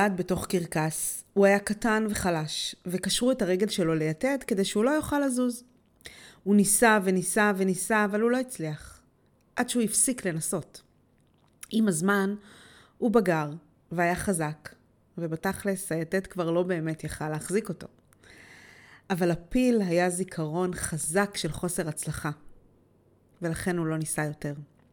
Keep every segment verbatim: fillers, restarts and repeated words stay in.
נולד בתוך קרקס. הוא היה קטן וחלש, וקשרו את הרגל שלו ליתד כדי שהוא לא יוכל לזוז. הוא ניסה וניסה וניסה, אבל הוא לא הצליח. עד שהוא הפסיק לנסות. עם הזמן, הוא בגר והיה חזק, ובתכלס היתד כבר לא באמת יכל להחזיק אותו. אבל הפיל היה זיכרון חזק של חוסר הצלחה, ולכן הוא לא ניסה יותר.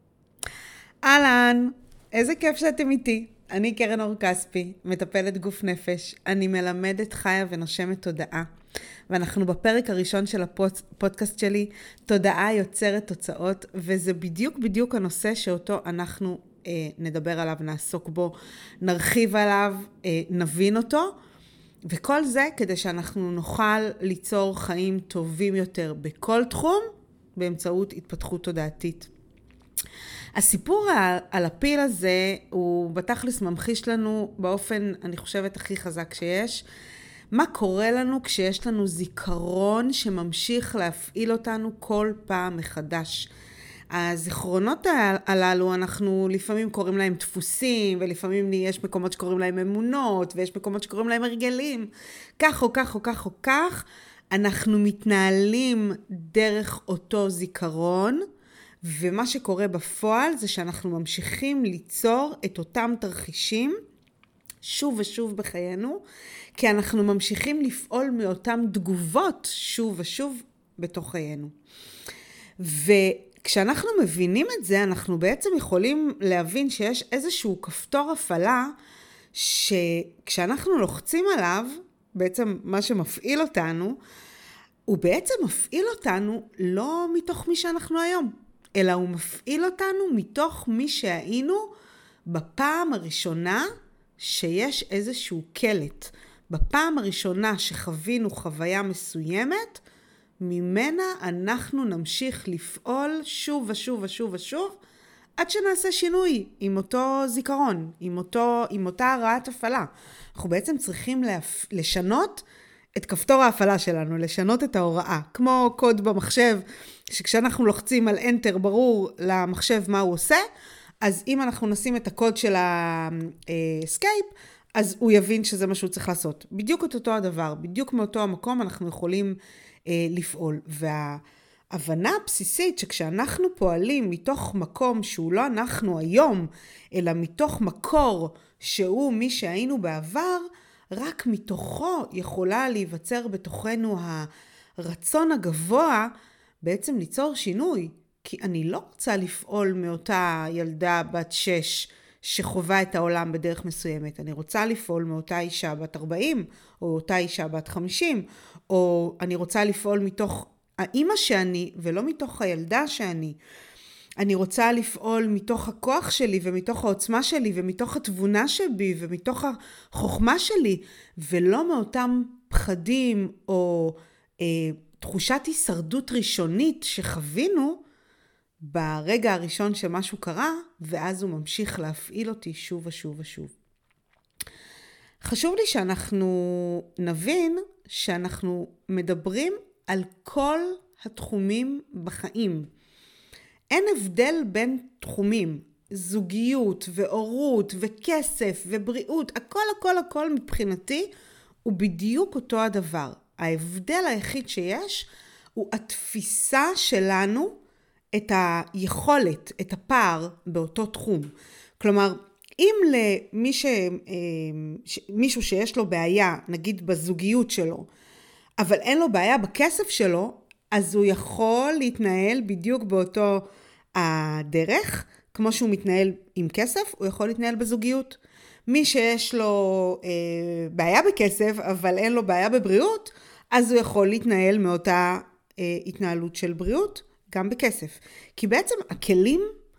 אהלן, איזה כיף שאתם איתי. אני קרן אור כספי, מטפלת גוף נפש. אני מלמדת חיה ונושמת תודעה. ואנחנו בפרק הראשון של הפודקאסט שלי, תודעה יוצרת תוצאות, וזה בדיוק בדיוק הנושא שאותו אנחנו אה, נדבר עליו, נעסוק בו, נרחיב עליו, אה, נבין אותו. וכל זה כדי שאנחנו נוכל ליצור חיים טובים יותר בכל תחום, באמצעות התפתחות תודעתית. הסיפור על הפיל הזה הוא בתכלס ממחיש לנו באופן, אני חושבת, הכי חזק שיש. מה קורה לנו כשיש לנו זיכרון שממשיך להפעיל אותנו כל פעם מחדש. הזיכרונות הללו, אנחנו לפעמים קוראים להם דפוסים, ולפעמים יש מקומות שקוראים להם אמונות, ויש מקומות שקוראים להם הרגלים. כך או כך או כך או כך, אנחנו מתנהלים דרך אותו זיכרון, ומה שקורה בפועל זה שאנחנו ממשיכים ליצור את אותם תרחישים שוב ושוב בחיינו, כי אנחנו ממשיכים לפעול מאותם תגובות שוב ושוב בתוך חיינו. וכשאנחנו מבינים את זה, אנחנו בעצם יכולים להבין שיש איזשהו כפתור הפעלה, שכשאנחנו לוחצים עליו, בעצם מה שמפעיל אותנו, הוא בעצם מפעיל אותנו לא מתוך מי שאנחנו היום, אלא הוא מפעיל אותנו מתוך מי שהיינו בפעם הראשונה שיש איזשהו קלט. בפעם הראשונה שחווינו חוויה מסוימת, ממנה אנחנו נמשיך לפעול שוב ושוב ושוב ושוב, עד שנעשה שינוי עם אותו זיכרון, עם, אותו, עם אותה הרעת הפעלה. אנחנו בעצם צריכים להפ... לשנות את כפתור ההפעלה שלנו, לשנות את ההוראה. כמו קוד במחשב, שכשאנחנו לוחצים על Enter ברור למחשב מה הוא עושה, אז אם אנחנו נשים את הקוד של ה-Escape, אז הוא יבין שזה מה שהוא צריך לעשות. בדיוק את אותו הדבר, בדיוק מאותו המקום אנחנו יכולים אה, לפעול. וההבנה הבסיסית שכשאנחנו פועלים מתוך מקום שהוא לא אנחנו היום, אלא מתוך מקור שהוא מי שהיינו בעבר, רק מתוכו יכולה להיווצר בתוכנו הרצון הגבוה בעצם ליצור שינוי. כי אני לא רוצה לפעול מאותה ילדה בת שש שחובה את העולם בדרך מסוימת. אני רוצה לפעול מאותה אישה בת ארבעים, או אותה אישה בת חמישים, או אני רוצה לפעול מתוך האמא שאני, ולא מתוך הילדה שאני. אני רוצה לפעול מתוך הכוח שלי, ומתוך העוצמה שלי, ומתוך התבונה שבי, ומתוך החוכמה שלי, ולא מאותם פחדים, או אה, תחושת הישרדות ראשונית שחווינו, ברגע הראשון שמשהו קרה, ואז הוא ממשיך להפעיל אותי שוב ושוב ושוב. חשוב לי שאנחנו נבין שאנחנו מדברים על כל התחומים בחיים. אין הבדל בין תחומים, זוגיות ואורות וכסף ובריאות, הכל הכל הכל מבחינתי הוא בדיוק אותו הדבר. ההבדל היחיד שיש הוא התפיסה שלנו, את היכולת, את הפער באותו תחום. כלומר, אם למי ש... מישהו שיש לו בעיה, נגיד בזוגיות שלו, אבל אין לו בעיה בכסף שלו, אז הוא יכול להתנהל בדיוק באותו הדרך, כמו שהוא מתנהל עם כסף, הוא יכול להתנהל בזוגיות. מי שיש לו אה, בעיה בכסף, אבל אין לו בעיה בבריאות, אז הוא יכול להתנהל מאותה אה, התנהלות של בריאות, גם בכסף. כי בעצם הכלים,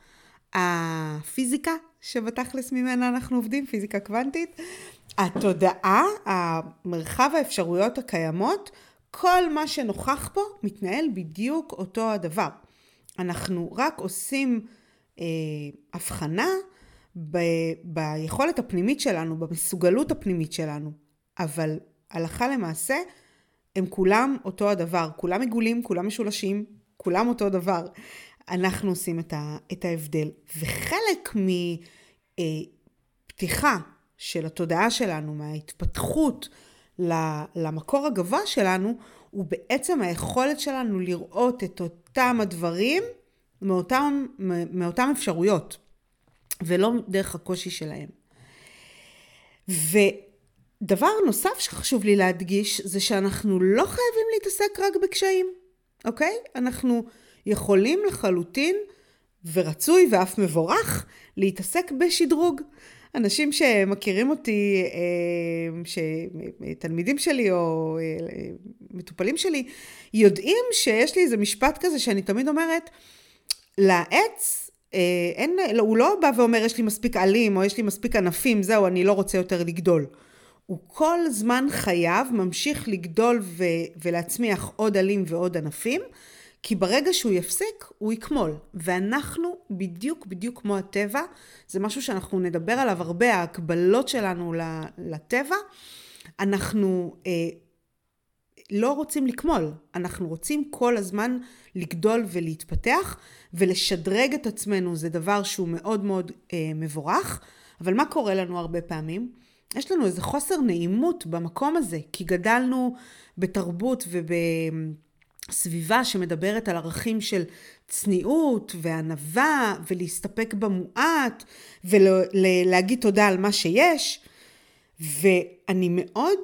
הפיזיקה שבתכלס ממנה אנחנו עובדים, פיזיקה קוונטית, התודעה, המרחב האפשרויות הקיימות, כל מה שנוכח פה מתנהל בדיוק אותו הדבר. אנחנו רק עושים אה, הבחנה ב, ביכולת הפנימית שלנו, במסוגלות הפנימית שלנו. אבל הלכה למעשה, הם כולם אותו הדבר. כולם עיגולים, כולם משולשים, כולם אותו דבר. אנחנו עושים את, ה, את ההבדל. וחלק מפתיחה של התודעה שלנו, מההתפתחות למקור הגבוה שלנו, הוא בעצם היכולת שלנו לראות את אותם הדברים מאותם, מאותם אפשרויות, ולא דרך הקושי שלהם. ודבר נוסף שחשוב לי להדגיש, זה שאנחנו לא חייבים להתעסק רק בקשיים, אוקיי? אנחנו יכולים לחלוטין, ורצוי ואף מבורך, להתעסק בשדרוג. אנשים שמכירים אותי, תלמידים שלי או מטופלים שלי, יודעים שיש לי איזה משפט כזה שאני תמיד אומרת, לעץ, אין, הוא לא בא ואומר יש לי מספיק עלים או יש לי מספיק ענפים, זהו, אני לא רוצה יותר לגדול. הוא כל זמן חייב ממשיך לגדול ו- ולהצמיח עוד עלים ועוד ענפים, כי ברגע שהוא יפסיק, הוא יקמול. ואנחנו בדיוק, בדיוק כמו הטבע, זה משהו שאנחנו נדבר עליו הרבה, ההקבלות שלנו לטבע, אנחנו אה, לא רוצים לקמול, אנחנו רוצים כל הזמן לגדול ולהתפתח, ולשדרג את עצמנו, זה דבר שהוא מאוד מאוד אה, מבורך, אבל מה קורה לנו הרבה פעמים? יש לנו איזה חוסר נעימות במקום הזה, כי גדלנו בתרבות וב... סביבה שמדברת על ערכים של צניעות וענווה ולהסתפק במועט ולהגיד תודה על מה שיש. ואני מאוד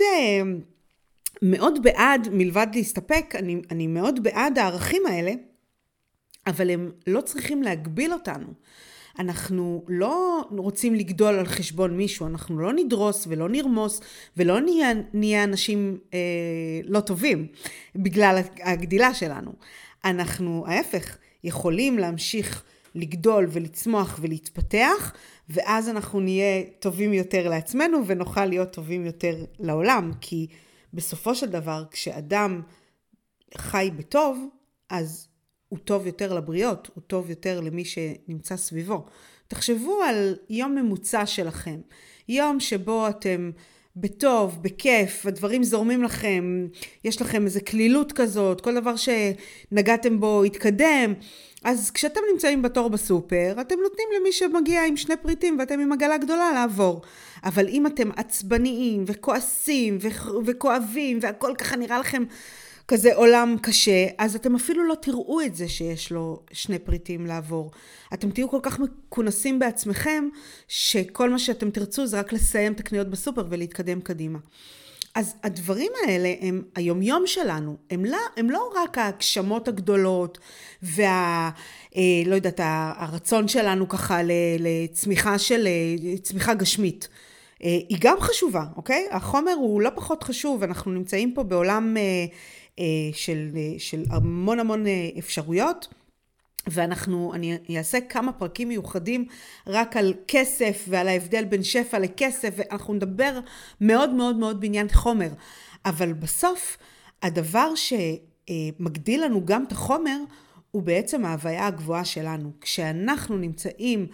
מאוד בעד, מלבד להסתפק, אני, אני מאוד בעד הערכים האלה, אבל הם לא צריכים להגביל אותנו. אנחנו לא רוצים לגדול על חשבון מישהו, אנחנו לא נדרוס ולא נרמוס ולא נהיה, נהיה אנשים אה, לא טובים בגלל הגדילה שלנו. אנחנו ההפך, יכולים להמשיך לגדול ולצמוח ולהתפתח, ואז אנחנו נהיה טובים יותר לעצמנו ונוכל להיות טובים יותר לעולם, כי בסופו של דבר כשאדם חי בטוב, אז הוא טוב יותר לבריות, הוא טוב יותר למי שנמצא סביבו. תחשבו על יום ממוצע שלכם, יום שבו אתם בטוב, בכיף, הדברים זורמים לכם, יש לכם איזו כלילות כזאת, כל דבר שנגעתם בו יתקדם, אז כשאתם נמצאים בתור בסופר, אתם נותנים למי שמגיע עם שני פריטים ואתם עם עגלה גדולה לעבור. אבל אם אתם עצבניים וכועסים וכואבים והכל ככה נראה לכם כזה עולם קשה, אז אתם אפילו לא תראו את זה שיש לו שני פריטים לעבור. אתם תהיו כל כך מכונסים בעצמכם, שכל מה שאתם תרצו זה רק לסיים את הקניות בסופר ולהתקדם קדימה. אז הדברים האלה הם היומיום שלנו, הם לא, הם לא רק ההגשמות הגדולות, וה, אה, לא יודעת, הרצון שלנו ככה לצמיחה של, צמיחה גשמית. היא גם חשובה, אוקיי? החומר הוא לא פחות חשוב, אנחנו נמצאים פה בעולם של, של המון המון אפשרויות, ואנחנו, אני אעשה כמה פרקים מיוחדים רק על כסף ועל ההבדל בין שפע לכסף, ואנחנו נדבר מאוד מאוד מאוד בעניין חומר, אבל בסוף הדבר שמגדיל לנו גם את החומר, הוא בעצם ההוויה הגבוהה שלנו. כשאנחנו נמצאים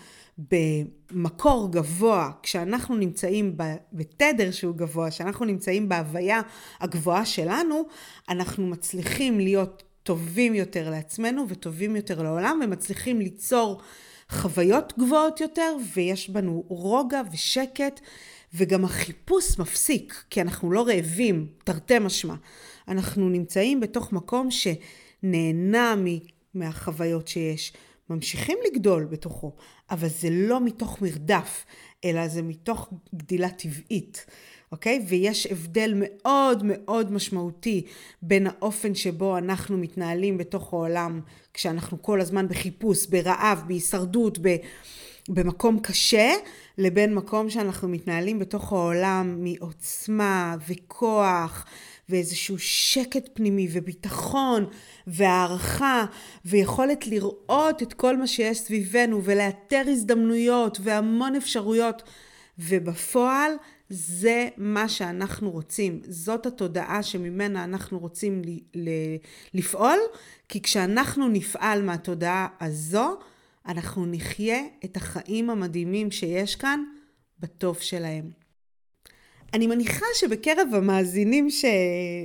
במקור גבוה, כשאנחנו נמצאים בתדר שהוא גבוה, כשאנחנו נמצאים בהוויה הגבוהה שלנו, אנחנו מצליחים להיות טובים יותר לעצמנו וטובים יותר לעולם, ומצליחים ליצור חוויות גבוהות יותר, ויש בנו רוגע ושקט, וגם החיפוש מפסיק, כי אנחנו לא רעבים, תרתי משמע. אנחנו נמצאים בתוך מקום שנהנה מהחוויות שיש, ממשיכים לגדול בתוכו, אבל זה לא מתוך מרדף, אלא זה מתוך גדילה טבעית, אוקיי? ויש הבדל מאוד מאוד משמעותי בין האופן שבו אנחנו מתנהלים בתוך העולם, כשאנחנו כל הזמן בחיפוש, ברעב, בהישרדות, במקום קשה, לבין מקום שאנחנו מתנהלים בתוך העולם מעוצמה וכוח, ואיזשהו שקט פנימי וביטחון והערכה ויכולת לראות את כל מה שיש סביבנו ולאתר הזדמנויות והמון אפשרויות, ובפועל זה מה שאנחנו רוצים, זאת התודעה שממנה אנחנו רוצים לפעול, כי כשאנחנו נפעל מהתודעה הזו, אנחנו נחיה את החיים המדהימים שיש כאן בטוב שלהם. אני מניחה שבקרב המאזינים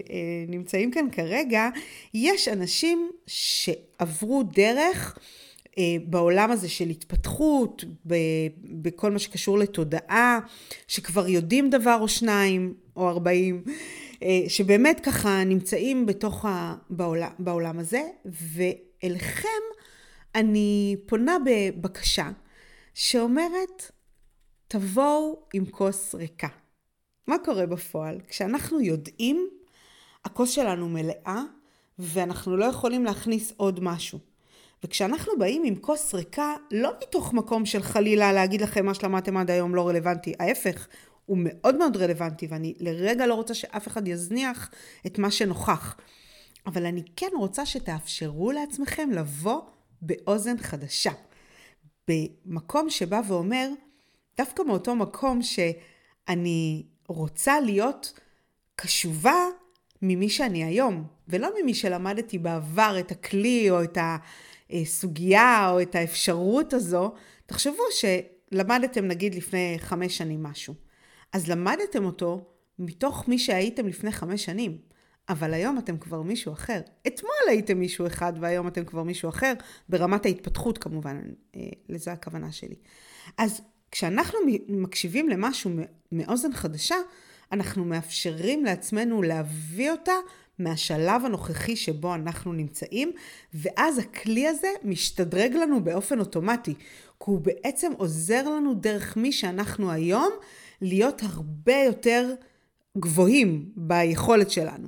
שנמצאים כאן כרגע, יש אנשים שעברו דרך בעולם הזה של התפתחות, בכל מה שקשור לתודעה, שכבר יודעים דבר או שניים או ארבעים, שבאמת ככה נמצאים בתוך בעולם, בעולם הזה, ואליכם אני פונה בבקשה שאומרת, תבואו עם כוס ריקה. מה קורה בפועל? כשאנחנו יודעים, הכוס שלנו מלאה, ואנחנו לא יכולים להכניס עוד משהו. וכשאנחנו באים עם כוס ריקה, לא מתוך מקום של חלילה להגיד לכם מה שלמדתם עד היום לא רלוונטי, ההפך, הוא מאוד מאוד רלוונטי, ואני לרגע לא רוצה שאף אחד יזניח את מה שנוכח. אבל אני כן רוצה שתאפשרו לעצמכם לבוא באוזן חדשה. במקום שבא ואומר, דווקא מאותו מקום שאני רוצה להיות קשובה ממי שאני היום, ולא ממי שלמדתי בעבר את הכלי או את הסוגיה או את האפשרות הזו. תחשבו שלמדתם נגיד לפני חמש שנים משהו. אז למדתם אותו מתוך מי שהייתם לפני חמש שנים. אבל היום אתם כבר מישהו אחר. אתמול הייתם מישהו אחד והיום אתם כבר מישהו אחר, ברמת ההתפתחות כמובן, לזה הכוונה שלי. אז כשאנחנו מקשיבים למשהו מאוזן חדשה, אנחנו מאפשרים לעצמנו להביא אותה מהשלב הנוכחי שבו אנחנו נמצאים, ואז הכלי הזה משתדרג לנו באופן אוטומטי, כי הוא בעצם עוזר לנו דרך מי שאנחנו היום, להיות הרבה יותר גבוהים ביכולת שלנו.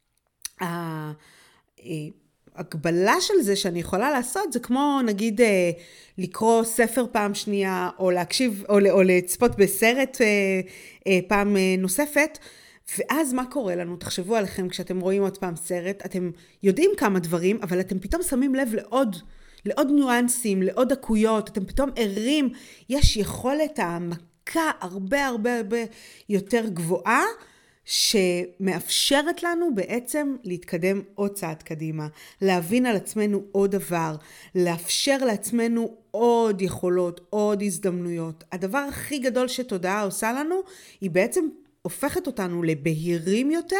ההגבלה של זה שאני יכולה לעשות, זה כמו נגיד לקרוא ספר פעם שנייה, או להקשיב, או, או לצפות בסרט פעם נוספת, ואז מה קורה לנו? תחשבו עליכם כשאתם רואים עוד פעם סרט, אתם יודעים כמה דברים, אבל אתם פתאום שמים לב לעוד, לעוד ניואנסים, לעוד דקויות, אתם פתאום ערים, יש יכולת העמקה הרבה הרבה הרבה יותר גבוהה, שמאפשרת לנו בעצם להתקדם עוד צעד קדימה, להבין על עצמנו עוד דבר, לאפשר לעצמנו עוד יכולות, עוד הזדמנויות. הדבר הכי גדול שתודעה עושה לנו, היא בעצם הופכת אותנו לבהירים יותר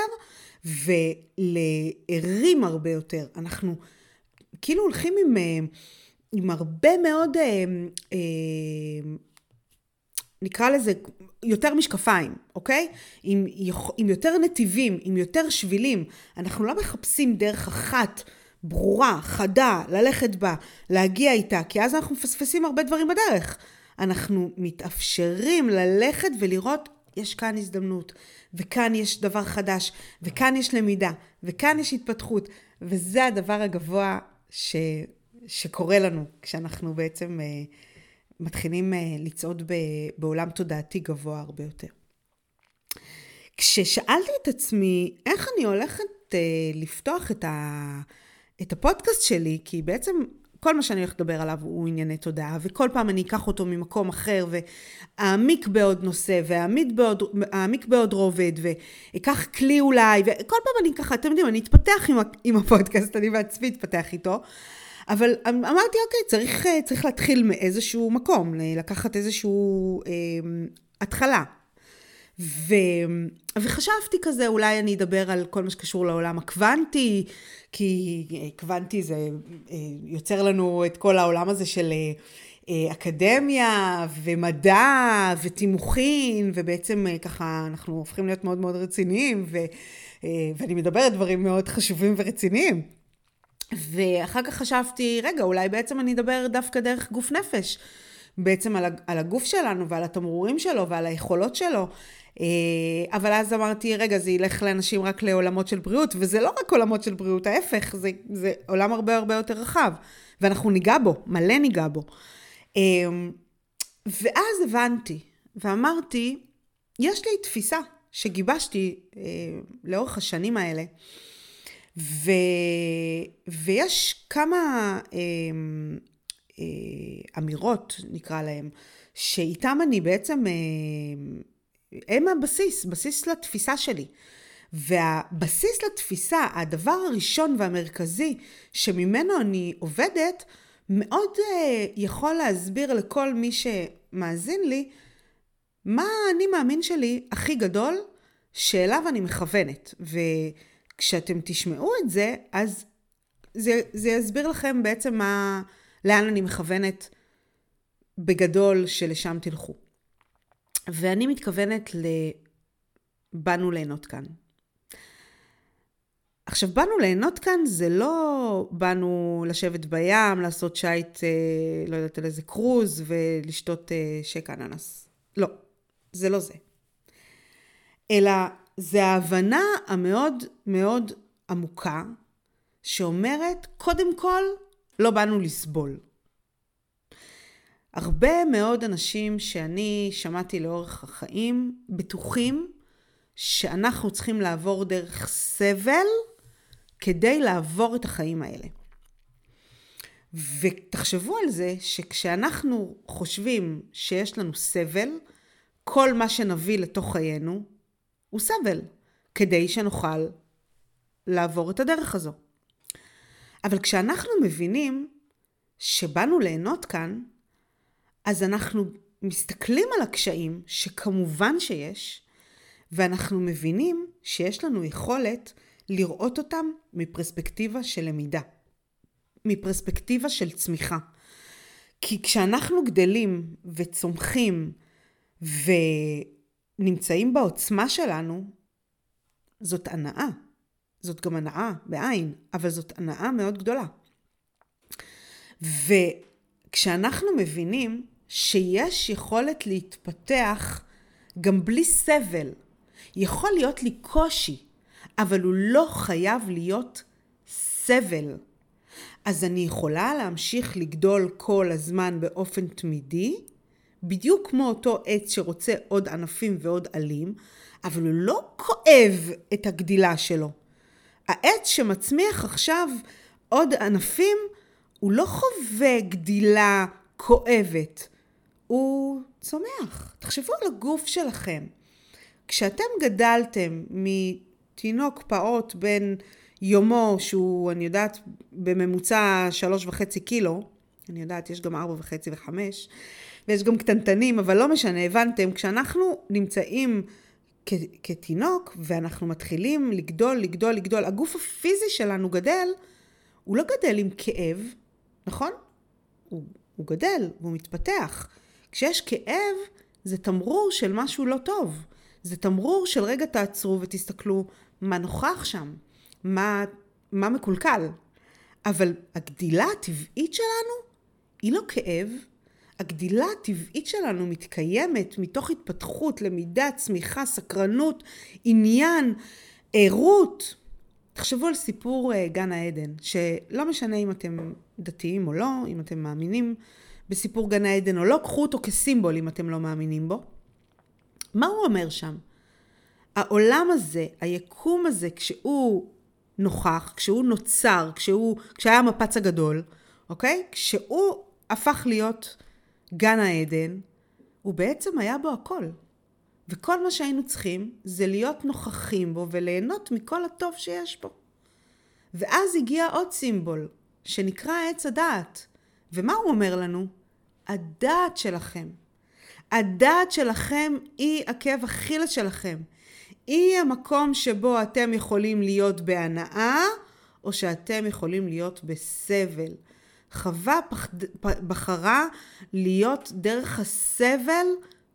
ולערים הרבה יותר. אנחנו כאילו הולכים עם, עם הרבה מאוד, נקרא לזה יותר משקפיים, אוקיי? עם, עם יותר נתיבים, עם יותר שבילים. אנחנו לא מחפשים דרך אחת ברורה, חדה, ללכת בה, להגיע איתה, כי אז אנחנו מפספסים הרבה דברים בדרך. אנחנו מתאפשרים ללכת ולראות, יש כאן הזדמנות, וכאן יש דבר חדש, וכאן יש למידה, וכאן יש התפתחות, וזה הדבר הגבוה ש, שקורה לנו, כשאנחנו בעצם מתחילים לצעוד בעולם תודעתי גבוה הרבה יותר. כששאלתי את עצמי, איך אני הולכת לפתוח את, ה, את הפודקאסט שלי, כי בעצם כל מה שאני הולכת לדבר עליו הוא ענייני תודעה, וכל פעם אני אקח אותו ממקום אחר, ואעמיק בעוד נושא, ואעמיק בעוד, בעוד רובד, ואקח כלי אולי, וכל פעם אני ככה, אתם יודעים, אני אתפתח עם, עם הפודקאסט, אני בעצמי אתפתח איתו, אבל אמרתי, אוקיי, צריך, צריך להתחיל מאיזשהו מקום, לקחת איזשהו אה, התחלה. ו... וחשבתי כזה, אולי אני אדבר על כל מה שקשור לעולם הקוונטי, כי קוונטי זה יוצר לנו את כל העולם הזה של אקדמיה ומדע ותימוכין, ובעצם ככה אנחנו הופכים להיות מאוד מאוד רציניים, ו... ואני מדברת דברים מאוד חשובים ורציניים. ואחר כך חשבתי, רגע, אולי בעצם אני אדבר דווקא דרך גוף נפש, בעצם על הגוף שלנו ועל התמרורים שלו ועל היכולות שלו. אבל אז אמרתי, רגע, זה ילך לאנשים רק לעולמות של בריאות, וזה לא רק עולמות של בריאות, ההפך, זה, זה עולם הרבה הרבה יותר רחב, ואנחנו ניגע בו, מלא ניגע בו. ואז הבנתי, ואמרתי, יש לי תפיסה שגיבשתי לאורך השנים האלה, ו... ויש כמה אמירות, נקרא להם, שאיתם אני בעצם, הם הבסיס, בסיס לתפיסה שלי. והבסיס לתפיסה, הדבר הראשון והמרכזי שממנו אני עובדת, מאוד יכול להסביר לכל מי שמאזין לי, מה אני מאמין שלי הכי גדול, שאליו אני מכוונת. וכשאתם תשמעו את זה, אז זה, זה יסביר לכם בעצם מה, לאן אני מכוונת בגדול שלשם תלכו. ואני מתכוונת לבאנו ליהנות כאן. עכשיו, באנו ליהנות כאן, זה לא באנו לשבת בים, לעשות שייט, אה, לא יודעת על איזה קרוז, ולשתות אה, שק אננס. לא, זה לא זה. אלא זה ההבנה המאוד מאוד עמוקה, שאומרת, קודם כל, לא באנו לסבול. הרבה מאוד אנשים שאני שמעתי לאורך החיים, בטוחים שאנחנו צריכים לעבור דרך סבל, כדי לעבור את החיים האלה. ותחשבו על זה שכשאנחנו חושבים שיש לנו סבל, כל מה שנביא לתוך חיינו הוא סבל, כדי שנוכל לעבור את הדרך הזו. אבל כשאנחנו מבינים שבאנו ליהנות כאן, אז אנחנו מסתכלים על הקשיים שכמובן שיש, ואנחנו מבינים שיש לנו יכולת לראות אותם מפרספקטיבה של למידה, מפרספקטיבה של צמיחה. כי כשאנחנו גדלים וצומחים ונמצאים בעוצמה שלנו, זאת הנאה. זאת גם הנאה בעין, אבל זאת הנאה מאוד גדולה. וכשאנחנו מבינים שיש יכולת להתפתח גם בלי סבל, יכול להיות לי קושי, אבל הוא לא חייב להיות סבל. אז אני יכולה להמשיך לגדול כל הזמן באופן תמידי, בדיוק כמו אותו עץ שרוצה עוד ענפים ועוד עלים, אבל הוא לא כואב את הגדילה שלו. העץ שמצמיח עכשיו עוד ענפים, הוא לא חווה גדילה כואבת, הוא צומח. תחשבו על הגוף שלכם. כשאתם גדלתם מתינוק פעוט בין יומו, שהוא, אני יודעת, בממוצע שלוש וחצי קילו, אני יודעת, יש גם ארבע וחצי וחמש, ויש גם קטנטנים, אבל לא משנה, הבנתם, כשאנחנו נמצאים כ- כתינוק, ואנחנו מתחילים לגדול, לגדול, לגדול, הגוף הפיזי שלנו גדל, הוא לא גדל עם כאב, נכון? הוא, הוא גדל, והוא מתפתח. כשיש כאב, זה תמרור של משהו לא טוב. זה תמרור של רגע תעצרו ותסתכלו מה נוכח שם, מה, מה מקולקל. אבל הגדילה הטבעית שלנו היא לא כאב. הגדילה הטבעית שלנו מתקיימת מתוך התפתחות, למידה, צמיחה, סקרנות, עניין, ערות. תחשבו על סיפור גן העדן, שלא משנה אם אתם דתיים או לא, אם אתם מאמינים בסיפור גן העדן או לא, קחו אותו כסימבול אם אתם לא מאמינים בו. מה הוא אומר שם? העולם הזה, היקום הזה, כשהוא נוכח, כשהוא נוצר, כשהוא, כשהיה המפץ הגדול, אוקיי? כשהוא הפך להיות גן העדן, הוא בעצם היה בו הכל. וכל מה שהיינו צריכים זה להיות נוכחים בו וליהנות מכל הטוב שיש בו. ואז הגיע עוד סימבול שנקרא עץ הדעת. ומה הוא אומר לנו? הדעת שלכם. הדעת שלכם היא עקב אכילס שלכם. היא המקום שבו אתם יכולים להיות בהנאה, או שאתם יכולים להיות בסבל. חווה פחד, בחרה להיות דרך הסבל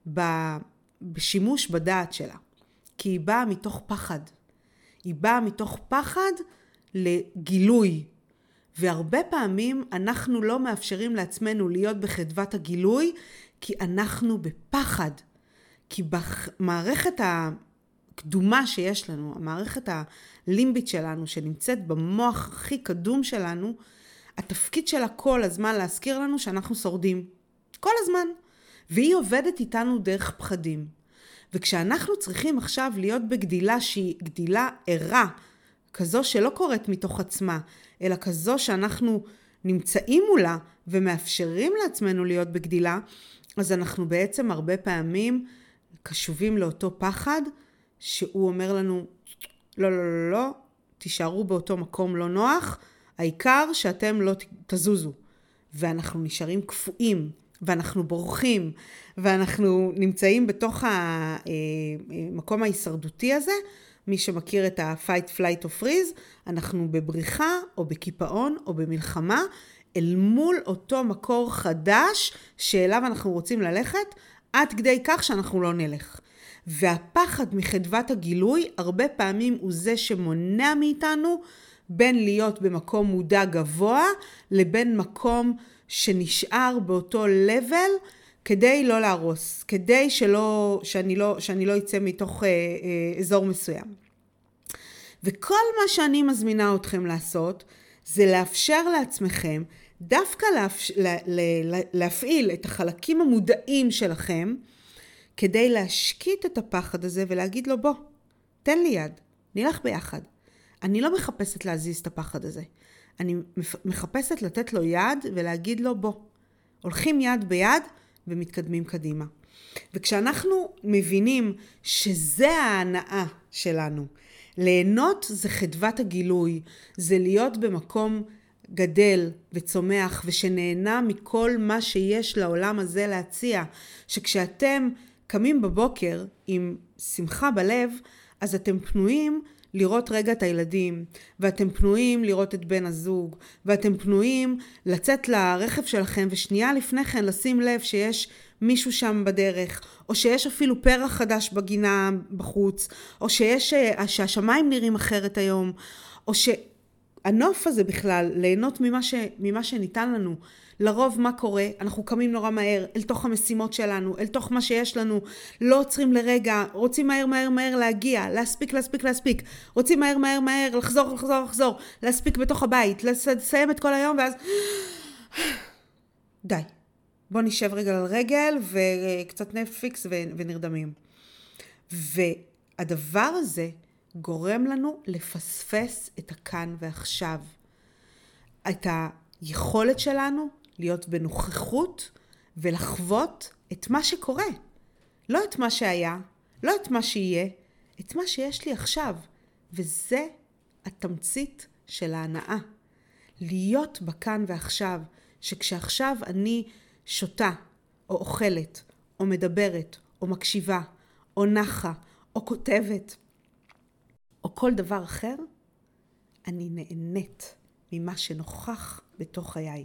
בשימוש בדעת שלה. כי היא באה מתוך פחד. היא באה מתוך פחד לגילוי. והרבה פעמים אנחנו לא מאפשרים לעצמנו להיות בחדוות הגילוי, כי אנחנו בפחד. כי במערכת הקדומה שיש לנו, המערכת הלימבית שלנו, שנמצאת במוח הכי קדום שלנו, התפקיד שלה כל הזמן להזכיר לנו שאנחנו שורדים. כל הזמן. והיא עובדת איתנו דרך פחדים. וכשאנחנו צריכים עכשיו להיות בגדילה שהיא גדילה ערה, כזו שלא קורית מתוך עצמה, אלא כזו שאנחנו נמצאים מולה ומאפשרים לעצמנו להיות בגדילה, אז אנחנו בעצם הרבה פעמים קשובים לאותו פחד, שהוא אומר לנו, לא, לא, לא, לא, תישארו באותו מקום לא נוח, העיקר שאתם לא תזוזו. ואנחנו נשארים קפואים, ואנחנו בורחים, ואנחנו נמצאים בתוך המקום ההישרדותי הזה, מי שמכיר את ה-fight, flight או freeze, אנחנו בבריחה או בקיפאון או במלחמה אל מול אותו מקור חדש שאליו אנחנו רוצים ללכת, עד כדי כך שאנחנו לא נלך. והפחד מחדוות הגילוי הרבה פעמים הוא זה שמונע מאיתנו בין להיות במקום מודע גבוה לבין מקום שנשאר באותו level כדי לא להרוס, כדי שלא, שאני לא, שאני לא יצא מתוך אה, אה, אזור מסוים. וכל מה שאני מזמינה אתכם לעשות זה לאפשר לעצמכם דווקא להפש... לה... לה... להפעיל את החלקים המודעים שלכם כדי להשקיט את הפחד הזה ולהגיד לו בוא, תן לי יד, נלך ביחד. אני לא מחפשת להזיז את הפחד הזה. אני מחפשת לתת לו יד ולהגיד לו בוא. הולכים יד ביד ומתקדמים קדימה. וכשאנחנו מבינים שזה ההנאה שלנו, ליהנות זה חדוות הגילוי, זה להיות במקום גדל וצומח ושנהנה מכל מה שיש לעולם הזה להציע, שכשאתם קמים בבוקר עם שמחה בלב, אז אתם פנויים לראות רגע את הילדים, ואתם פנויים לראות את בן הזוג, ואתם פנויים לצאת לרכב שלכם, ושנייה לפני כן לשים לב שיש מישהו שם בדרך, או שיש אפילו פרח חדש בגינה בחוץ, או שיש, שהשמיים נראים אחרת היום, או שהנוף הזה בכלל, ליהנות ממה, ש, ממה שניתן לנו. לרוב מה קורה? אנחנו קמים נורא מהר אל תוך המשימות שלנו, אל תוך מה שיש לנו, לא עוצרים לרגע, רוצים מהר מהר מהר להגיע, להספיק להספיק להספיק, רוצים מהר מהר מהר לחזור לחזור לחזור, להספיק בתוך הבית, לסיים את כל היום ואז די. בוא נשב רגל על רגל וקצת נטפליקס ונרדמים. והדבר הזה גורם לנו לפספס את הכאן ועכשיו. את היכולת שלנו להיות בנוכחות ולחוות את מה שקורה. לא את מה שהיה, לא את מה שיהיה, את מה שיש לי עכשיו. וזה התמצית של ההנאה. להיות בכאן ועכשיו, שכשעכשיו אני שותה, או אוכלת, או מדברת, או מקשיבה, או נחה, או כותבת, או כל דבר אחר, אני נהנית ממה שנוכח בתוך חיי.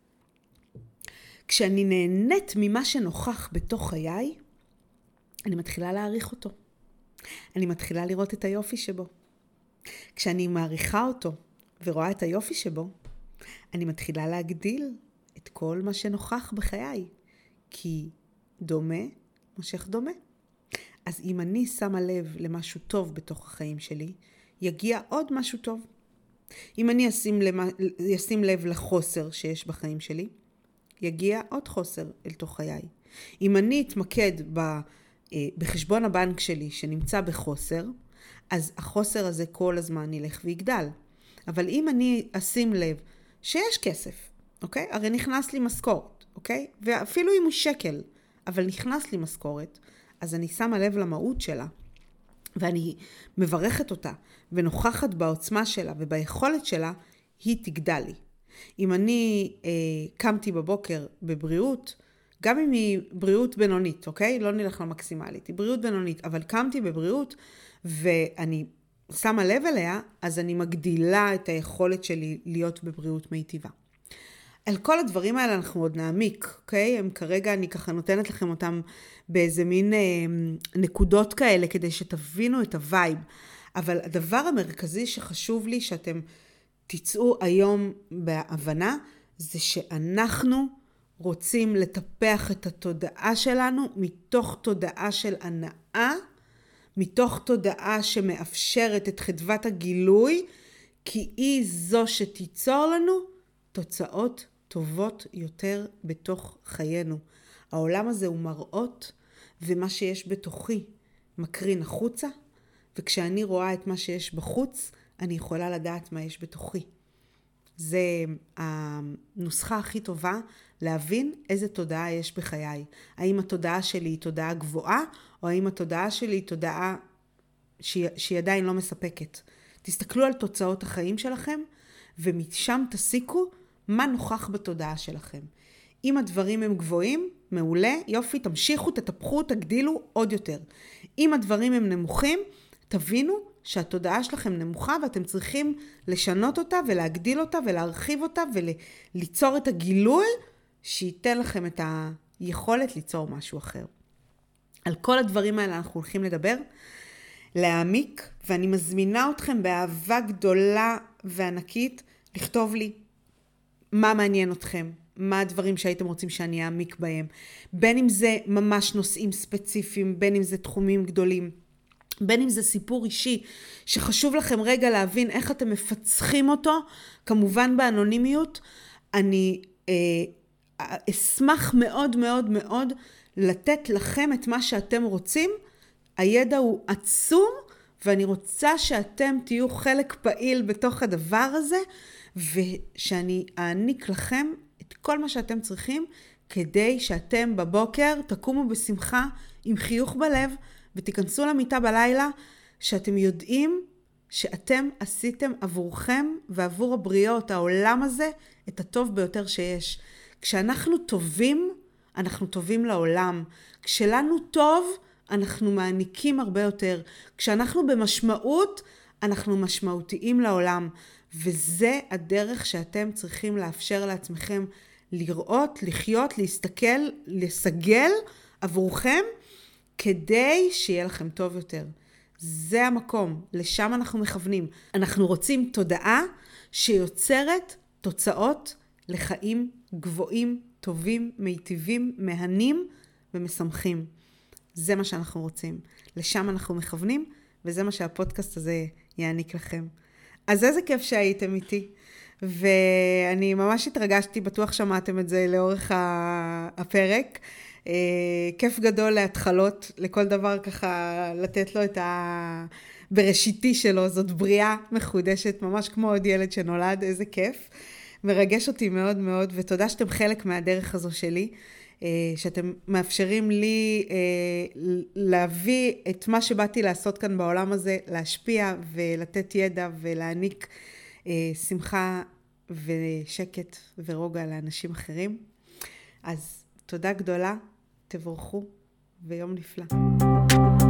כשאני נהנית ממה שנוכח בתוך חיי, אני מתחילה להעריך אותו. אני מתחילה לראות את היופי שבו. כשאני מעריכה אותו ורואה את היופי שבו, אני מתחילה להגדיל את כל מה שנוכח בחיי, כי דומה מושך דומה. אז אם אני שמה לב למשהו טוב בתוך החיים שלי, יגיע עוד משהו טוב. אם אני אשים, למה, אשים לב לחוסר שיש בחיים שלי, יגיע עוד חוסר אל תוך חיי. אם אני אתמקד ב, בחשבון הבנק שלי שנמצא בחוסר, אז החוסר הזה כל הזמן ילך ויגדל. אבל אם אני אשים לב שיש כסף, אוקיי? הרי נכנס לי משכורת, אוקיי? ואפילו אם הוא שקל, אבל נכנס לי משכורת, אז אני שמה לב למהות שלה, ואני מברכת אותה, ונוכחת בעוצמה שלה וביכולת שלה, היא תגדל לי. אם אני אה, קמתי בבוקר בבריאות, גם אם היא בריאות בינונית, אוקיי? לא נלך למקסימלית, היא בריאות בינונית, אבל קמתי בבריאות, ואני שמה לב אליה, אז אני מגדילה את היכולת שלי להיות בבריאות מיטיבה. על כל הדברים האלה אנחנו עוד נעמיק, אוקיי? הם כרגע, אני ככה נותנת לכם אותם באיזה מין אה, נקודות כאלה, כדי שתבינו את הווייב. אבל הדבר המרכזי שחשוב לי שאתם תצאו היום בהבנה, זה שאנחנו רוצים לטפח את התודעה שלנו מתוך תודעה של הנאה, מתוך תודעה שמאפשרת את חדוות הגילוי, כי היא זו שתיצור לנו תוצאות טובות יותר בתוך חיינו. העולם הזה הוא מראות, ומה שיש בתוכי מקרין החוצה, וכשאני רואה את מה שיש בחוץ, אני יכולה לדעת מה יש בתוכי. זה הנוסחה הכי טובה להבין איזה תודעה יש בחיי. האם התודעה שלי היא תודעה גבוהה, או האם התודעה שלי היא תודעה שהיא, שהיא עדיין לא מספקת. תסתכלו על תוצאות החיים שלכם, ומשם תסיקו מה נוכח בתודעה שלכם. אם הדברים הם גבוהים, מעולה, יופי, תמשיכו, תטפחו, תגדילו עוד יותר. אם הדברים הם נמוכים, תבינו שהתודעה שלכם נמוכה ואתם צריכים לשנות אותה ולהגדיל אותה ולהרחיב אותה וליצור את הגילוי שייתן לכם את היכולת ליצור משהו אחר. על כל הדברים האלה אנחנו הולכים לדבר, להעמיק, ואני מזמינה אתכם באהבה גדולה וענקית לכתוב לי מה מעניין אתכם, מה הדברים שהייתם רוצים שאני אעמיק בהם, בין אם זה ממש נושאים ספציפיים, בין אם זה תחומים גדולים, בין אם זה סיפור אישי שחשוב לכם רגע להבין איך אתם מפצחים אותו, כמובן באנונימיות. אני אה, אשמח מאוד מאוד מאוד לתת לכם את מה שאתם רוצים. הידע הוא עצום, ואני רוצה שאתם תהיו חלק פעיל בתוך הדבר הזה, ושאני אעניק לכם את כל מה שאתם צריכים, כדי שאתם בבוקר תקומו בשמחה עם חיוך בלב, ותיכנסו למיטה בלילה, שאתם יודעים שאתם עשיתם עבורכם ועבור הבריות, העולם הזה, את הטוב ביותר שיש. כשאנחנו טובים, אנחנו טובים לעולם. כשלנו טוב, אנחנו מעניקים הרבה יותר. כשאנחנו במשמעות, אנחנו משמעותיים לעולם. וזה הדרך שאתם צריכים לאפשר לעצמכם לראות, לחיות, להסתכל, לסגל עבורכם, כדי שיהיה לכם טוב יותר. זה המקום, לשם אנחנו מכוונים. אנחנו רוצים תודעה שיוצרת תוצאות לחיים גבוהים, טובים, מיטיבים, מהנים ומשמחים. זה מה שאנחנו רוצים. לשם אנחנו מכוונים, וזה מה שהפודקאסט הזה יעניק לכם. אז איזה כיף שהייתם איתי, ואני ממש התרגשתי, בטוח שמעתם את זה לאורך הפרק. כיף גדול להתחלות, לכל דבר ככה לתת לו את ה... בראשיתי שלו, זאת בריאה מחודשת, ממש כמו עוד ילד שנולד, איזה כיף. מרגש אותי מאוד מאוד, ותודה שאתם חלק מהדרך הזו שלי, שאתם מאפשרים לי להביא את מה שבאתי לעשות כאן בעולם הזה, להשפיע ולתת ידע ולהעניק שמחה ושקט ורוגע לאנשים אחרים. אז תודה גדולה, תבורכו ויום נפלא.